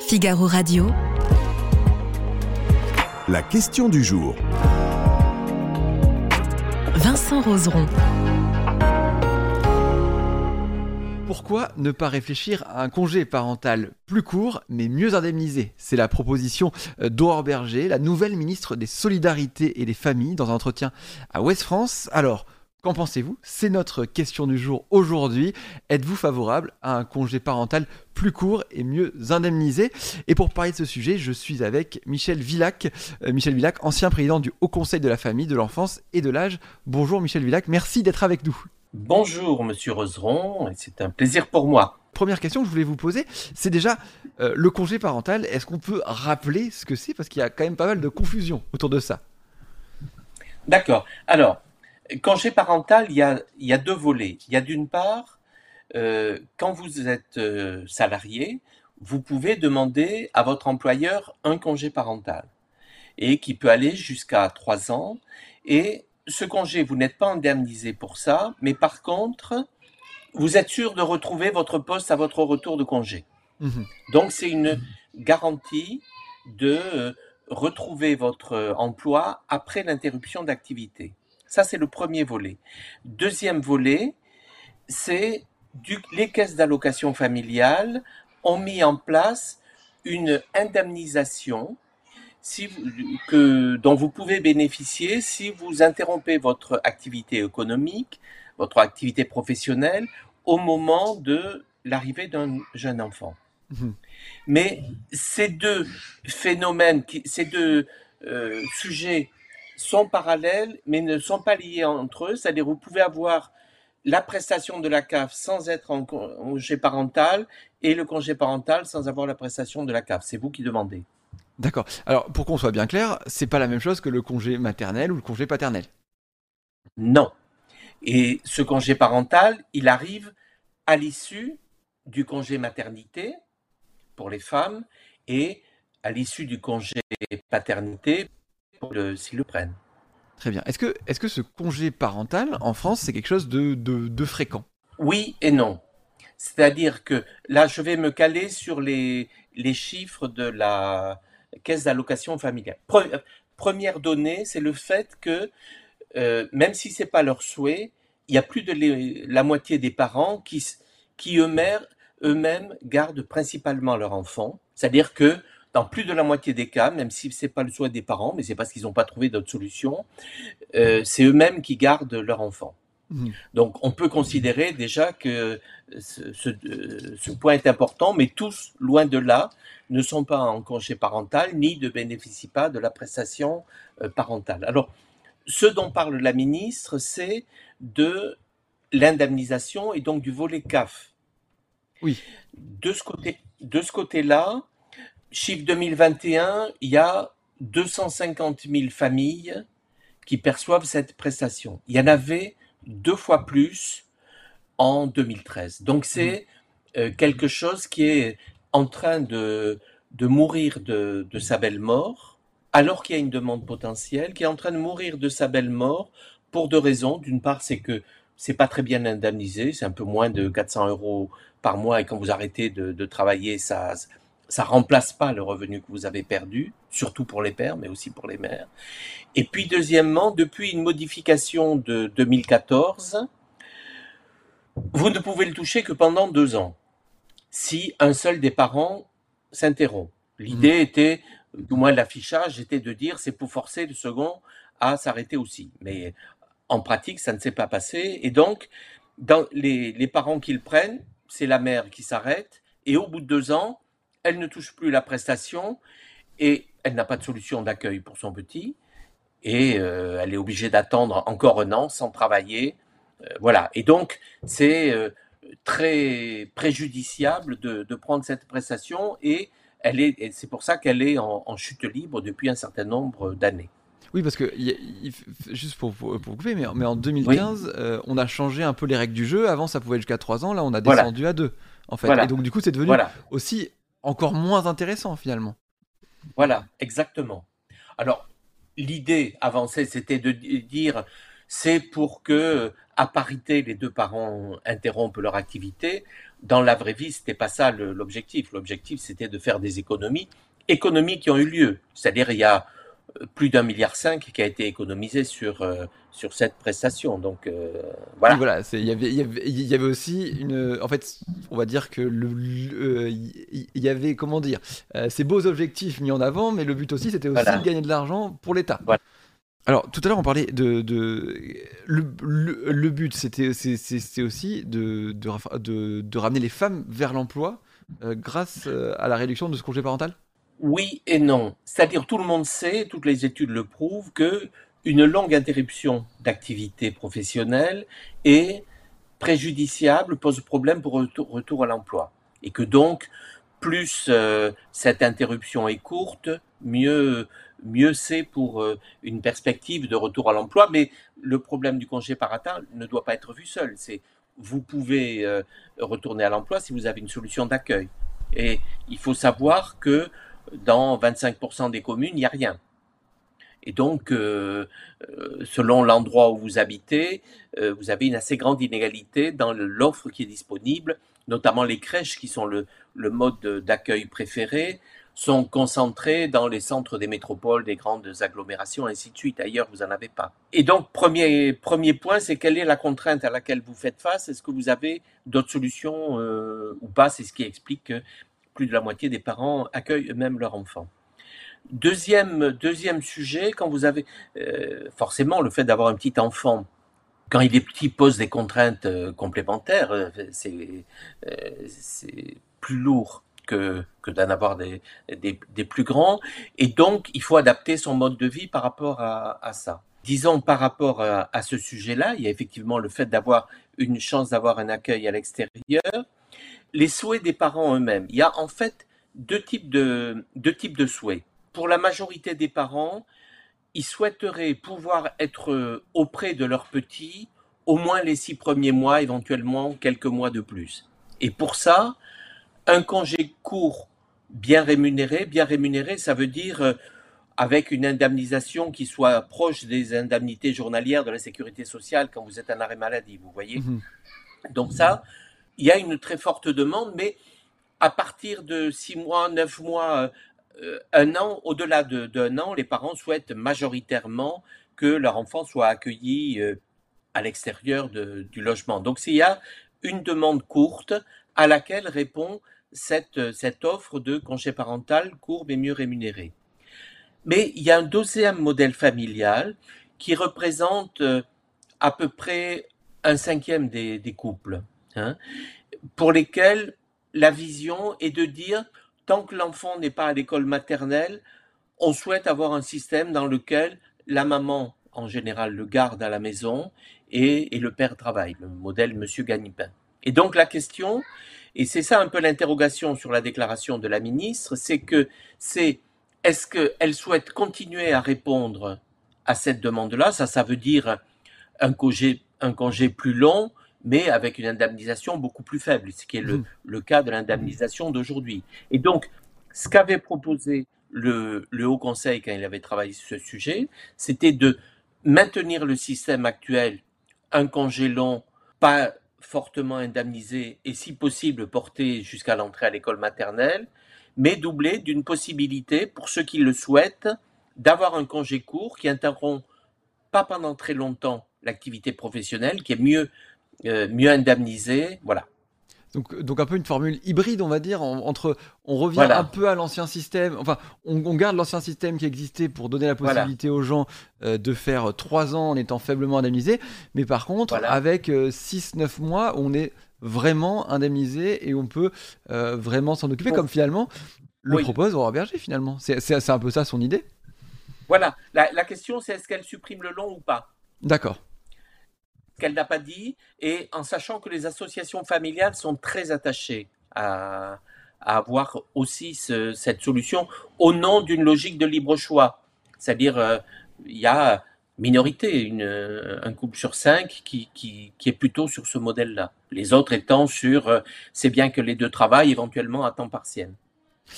Figaro Radio. La question du jour. Vincent Roseron. Pourquoi ne pas réfléchir à un congé parental plus court mais mieux indemnisé ? C'est la proposition d'Aurore Bergé, la nouvelle ministre des Solidarités et des Familles, dans un entretien à Ouest France. Alors, qu'en pensez-vous ? C'est notre question du jour aujourd'hui. Êtes-vous favorable à un congé parental plus court et mieux indemnisé ? Et pour parler de ce sujet, je suis avec Michel Villac. Michel Villac, ancien président du Haut Conseil de la Famille, de l'Enfance et de l'Âge. Bonjour Michel Villac, merci d'être avec nous. Bonjour Monsieur Roseron, c'est un plaisir pour moi. Première question que je voulais vous poser, c'est déjà le congé parental. Est-ce qu'on peut rappeler ce que c'est ? Parce qu'il y a quand même pas mal de confusion autour de ça. D'accord. Alors, congé parental, il y a deux volets. Il y a d'une part, quand vous êtes salarié, vous pouvez demander à votre employeur un congé parental et qui peut aller jusqu'à 3 ans. Et ce congé, vous n'êtes pas indemnisé pour ça, mais par contre, vous êtes sûr de retrouver votre poste à votre retour de congé. Donc, c'est une garantie de retrouver votre emploi après l'interruption d'activité. Ça, c'est le premier volet. Deuxième volet, c'est les caisses d'allocation familiale ont mis en place une indemnisation dont vous pouvez bénéficier si vous interrompez votre activité économique, votre activité professionnelle au moment de l'arrivée d'un jeune enfant. Mais ces deux phénomènes, ces deux sujets sont parallèles mais ne sont pas liés entre eux. C'est-à-dire vous pouvez avoir la prestation de la CAF sans être en congé parental et le congé parental sans avoir la prestation de la CAF. C'est vous qui demandez. D'accord. Alors, pour qu'on soit bien clair, c'est pas la même chose que le congé maternel ou le congé paternel. Non. Et ce congé parental, il arrive à l'issue du congé maternité pour les femmes et à l'issue du congé paternité s'ils le prennent. Très bien. Est-ce que ce congé parental, en France, c'est quelque chose de fréquent ? Oui et non. C'est-à-dire que là, je vais me caler sur les chiffres de la caisse d'allocation familiale. Première donnée, c'est le fait que, même si ce n'est pas leur souhait, il y a plus de la moitié des parents qui eux-mêmes gardent principalement leur enfant. C'est-à-dire que dans plus de la moitié des cas, même si ce n'est pas le souhait des parents, mais c'est parce qu'ils n'ont pas trouvé d'autre solution, c'est eux-mêmes qui gardent leur enfant. Donc on peut considérer déjà que ce point est important, mais tous, loin de là, ne sont pas en congé parental ni ne bénéficient pas de la prestation parentale. Alors, ce dont parle la ministre, c'est de l'indemnisation et donc du volet CAF. Oui. De ce côté-là, chiffre 2021, il y a 250 000 familles qui perçoivent cette prestation. Il y en avait 2 fois plus en 2013. Donc c'est quelque chose qui est en train de mourir de sa belle mort, alors qu'il y a une demande potentielle, qui est en train de mourir de sa belle mort pour 2 raisons. D'une part, c'est que c'est pas très bien indemnisé, c'est un peu moins de 400 € par mois, et quand vous arrêtez de travailler, ça remplace pas le revenu que vous avez perdu, surtout pour les pères, mais aussi pour les mères. Et puis deuxièmement, depuis une modification de 2014, vous ne pouvez le toucher que pendant 2 ans, si un seul des parents s'interrompt. L'idée était, du moins l'affichage, était de dire c'est pour forcer le second à s'arrêter aussi. Mais en pratique, ça ne s'est pas passé. Et donc, dans les parents qui le prennent, c'est la mère qui s'arrête, et au bout de 2 ans, elle ne touche plus la prestation et elle n'a pas de solution d'accueil pour son petit et elle est obligée d'attendre encore 1 an sans travailler. Voilà. Et donc, c'est très préjudiciable de prendre cette prestation et c'est pour ça qu'elle est en chute libre depuis un certain nombre d'années. Oui, parce que, juste pour couper, mais en 2015, oui. On a changé un peu les règles du jeu. Avant, ça pouvait être jusqu'à 3 ans. Là, on a descendu à 2, en fait. Voilà. Et donc, du coup, c'est devenu aussi encore moins intéressant, finalement. Voilà, exactement. Alors, l'idée avancée, c'était de dire, c'est pour que, à parité, les 2 parents interrompent leur activité. dans la vraie vie, c'était pas ça l'objectif. L'objectif, c'était de faire des économies qui ont eu lieu. C'est-à-dire, il y a plus d'1,5 milliard qui a été économisé sur cette prestation. Donc, Oui, voilà. voilà, il y avait aussi en fait, on va dire que il y avait, comment dire, ces beaux objectifs mis en avant, mais le but aussi, c'était aussi Voilà. de gagner de l'argent pour l'État. Voilà. Alors, tout à l'heure, on parlait le but, c'est aussi de ramener les femmes vers l'emploi grâce à la réduction de ce congé parental? Oui et non. C'est-à-dire, tout le monde sait, toutes les études le prouvent, que une longue interruption d'activité professionnelle est préjudiciable, pose problème pour retour à l'emploi. Et que donc, plus cette interruption est courte, mieux c'est pour une perspective de retour à l'emploi. Mais le problème du congé parental ne doit pas être vu seul. Vous pouvez retourner à l'emploi si vous avez une solution d'accueil. Et il faut savoir que dans 25% des communes, il n'y a rien. Et donc, selon l'endroit où vous habitez, vous avez une assez grande inégalité dans l'offre qui est disponible, notamment les crèches qui sont le mode d'accueil préféré, sont concentrées dans les centres des métropoles, des grandes agglomérations, ainsi de suite. Ailleurs, vous n'en avez pas. Et donc, premier point, c'est quelle est la contrainte à laquelle vous faites face? Est-ce que vous avez d'autres solutions ou pas? C'est ce qui explique que plus de la moitié des parents accueillent eux-mêmes leurs enfants. Deuxième sujet, quand vous avez forcément le fait d'avoir un petit enfant, quand il est petit, pose des contraintes complémentaires. C'est plus lourd que d'en avoir des plus grands. Et donc, il faut adapter son mode de vie par rapport à ça. Disons, par rapport à ce sujet-là, il y a effectivement le fait d'avoir une chance d'avoir un accueil à l'extérieur. Les souhaits des parents eux-mêmes. Il y a en fait deux types de souhaits. Pour la majorité des parents, ils souhaiteraient pouvoir être auprès de leurs petits au moins les 6 premiers mois, éventuellement quelques mois de plus. Et pour ça, un congé court bien rémunéré, ça veut dire avec une indemnisation qui soit proche des indemnités journalières de la sécurité sociale quand vous êtes en arrêt maladie, vous voyez. Mhm. Donc ça, il y a une très forte demande, mais à partir de 6 mois, 9 mois, 1 an, au-delà d'un an, les parents souhaitent majoritairement que leur enfant soit accueilli à l'extérieur du logement. Donc s'il y a une demande courte à laquelle répond cette offre de congé parental court mais mieux rémunéré. Mais il y a un deuxième modèle familial qui représente à peu près 1/5 des couples, hein, pour lesquels la vision est de dire, tant que l'enfant n'est pas à l'école maternelle, on souhaite avoir un système dans lequel la maman, en général, le garde à la maison et le père travaille, le modèle Monsieur Gagnipin. Et donc la question, et c'est ça un peu l'interrogation sur la déclaration de la ministre, est-ce qu'elle souhaite continuer à répondre à cette demande-là? Ça veut dire un congé plus long, mais avec une indemnisation beaucoup plus faible, ce qui est le cas de l'indemnisation d'aujourd'hui. Et donc, ce qu'avait proposé le Haut Conseil quand il avait travaillé sur ce sujet, c'était de maintenir le système actuel, un congé long, pas fortement indemnisé et si possible porté jusqu'à l'entrée à l'école maternelle, mais doublé d'une possibilité, pour ceux qui le souhaitent, d'avoir un congé court qui interrompt pas pendant très longtemps l'activité professionnelle, qui est mieux indemnisée, voilà. Donc un peu une formule hybride, on va dire, entre on revient Voilà. un peu à l'ancien système, enfin on garde l'ancien système qui existait pour donner la possibilité aux gens de faire 3 ans en étant faiblement indemnisés, mais par contre avec 6-9 mois on est vraiment indemnisé et on peut vraiment s'en occuper, comme finalement le propose Aurore Bergé finalement. C'est un peu ça son idée. Voilà, la question c'est est-ce qu'elle supprime le long ou pas? D'accord. Qu'elle n'a pas dit, et en sachant que les associations familiales sont très attachées à avoir aussi cette solution au nom d'une logique de libre choix. C'est-à-dire, il y a minorité, un couple sur 5 qui est plutôt sur ce modèle-là. Les autres étant sur c'est bien que les deux travaillent éventuellement à temps partiel.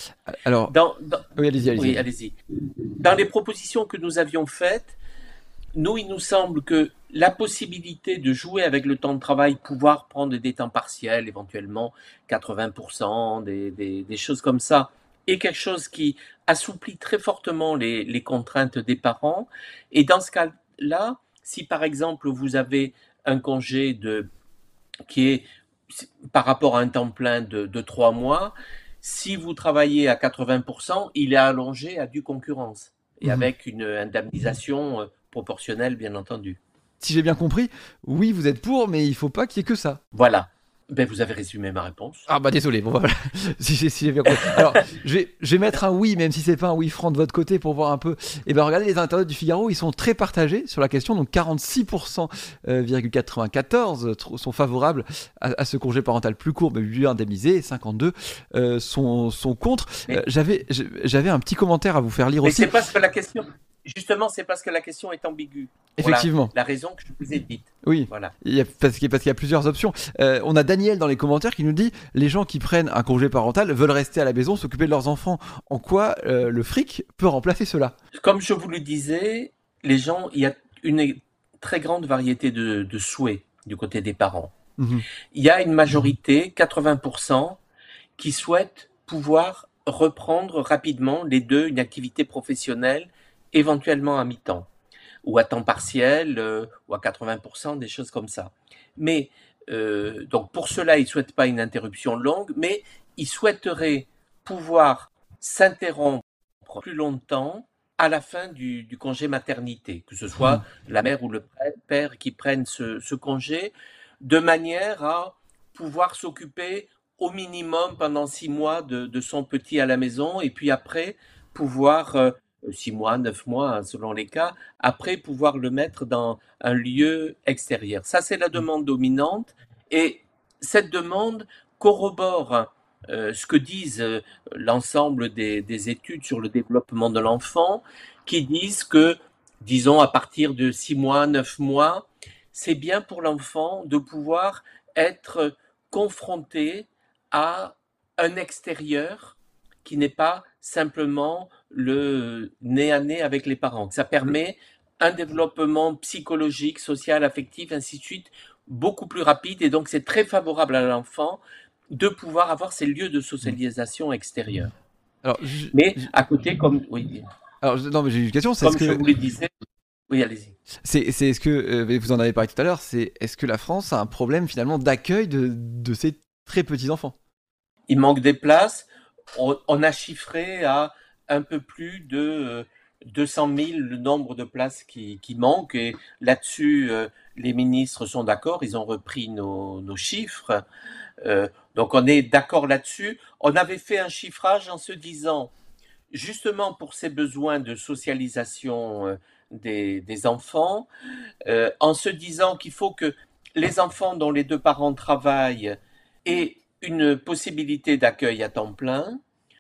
Alors, oui, allez-y. Oui, allez-y. Dans les propositions que nous avions faites, Nous, il nous semble que la possibilité de jouer avec le temps de travail, pouvoir prendre des temps partiels, éventuellement 80%, des choses comme ça, est quelque chose qui assouplit très fortement les contraintes des parents. Et dans ce cas-là, si par exemple vous avez un congé qui est par rapport à un temps plein de 3 mois, si vous travaillez à 80%, il est allongé à due concurrence et avec une indemnisation proportionnelle, bien entendu. Si j'ai bien compris, oui, vous êtes pour, mais il faut pas qu'il y ait que ça. Voilà. Ben, vous avez résumé ma réponse. Ah bah désolé, bon voilà, si j'ai bien compris. Alors, je vais mettre un oui, même si c'est pas un oui franc de votre côté pour voir un peu. Et ben regardez, les internautes du Figaro, ils sont très partagés sur la question, donc 46,94 sont favorables à ce congé parental plus court, mais mieux indemnisé, et 52 sont contre. J'avais un petit commentaire à vous faire lire mais aussi. C'est parce que la question... Justement, c'est parce que la question est ambiguë. Effectivement. La raison que je vous ai dite. Oui, voilà. Parce qu'il y a plusieurs options. On a Daniel dans les commentaires qui nous dit « Les gens qui prennent un congé parental veulent rester à la maison, s'occuper de leurs enfants. En quoi le fric peut remplacer cela ?» Comme je vous le disais, les gens, il y a une très grande variété de souhaits du côté des parents. Il y a une majorité, 80%, qui souhaitent pouvoir reprendre rapidement les deux, une activité professionnelle, éventuellement à mi-temps, ou à temps partiel, ou à 80%, des choses comme ça. Mais, donc pour cela, ils ne souhaitent pas une interruption longue, mais ils souhaiteraient pouvoir s'interrompre plus longtemps à la fin du congé maternité, que ce soit la mère ou le père qui prennent ce congé, de manière à pouvoir s'occuper au minimum pendant 6 mois de son petit à la maison, et puis après pouvoir... 6 mois, 9 mois, selon les cas, après pouvoir le mettre dans un lieu extérieur. Ça, c'est la demande dominante, et cette demande corrobore ce que disent l'ensemble des études sur le développement de l'enfant, qui disent que, disons, à partir de 6 mois, 9 mois, c'est bien pour l'enfant de pouvoir être confronté à un extérieur qui n'est pas simplement le nez à nez avec les parents. Ça permet un développement psychologique, social, affectif, ainsi de suite, beaucoup plus rapide, et donc c'est très favorable à l'enfant de pouvoir avoir ces lieux de socialisation extérieurs. Alors, mais à côté, comme... Oui. Alors, non, mais j'ai une question, c'est comme je vous le disais... Oui, allez-y. C'est est-ce que, vous en avez parlé tout à l'heure, est-ce que la France a un problème finalement d'accueil de ces très petits enfants ? Il manque des places. On a chiffré à un peu plus de 200 000 le nombre de places qui manquent, et là-dessus, les ministres sont d'accord, ils ont repris nos chiffres. Donc on est d'accord là-dessus. On avait fait un chiffrage en se disant, justement pour ces besoins de socialisation des enfants, en se disant qu'il faut que les enfants dont les deux parents travaillent aient une possibilité d'accueil à temps plein,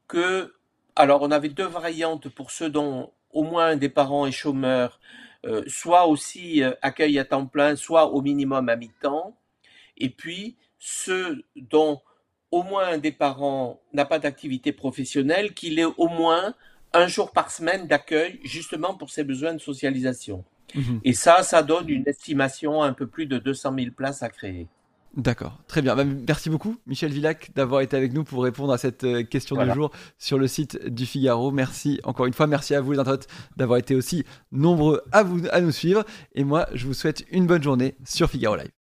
alors on avait 2 variantes pour ceux dont au moins un des parents est chômeur, soit aussi accueil à temps plein, soit au minimum à mi-temps, et puis ceux dont au moins un des parents n'a pas d'activité professionnelle, qu'il ait au moins un jour par semaine d'accueil, justement pour ses besoins de socialisation. Et ça donne une estimation à un peu plus de 200 000 places à créer. D'accord, très bien. Merci beaucoup, Michel Villac, d'avoir été avec nous pour répondre à cette question du jour sur le site du Figaro. Merci encore une fois, merci à vous les internautes d'avoir été aussi nombreux à nous suivre. Et moi, je vous souhaite une bonne journée sur Figaro Live.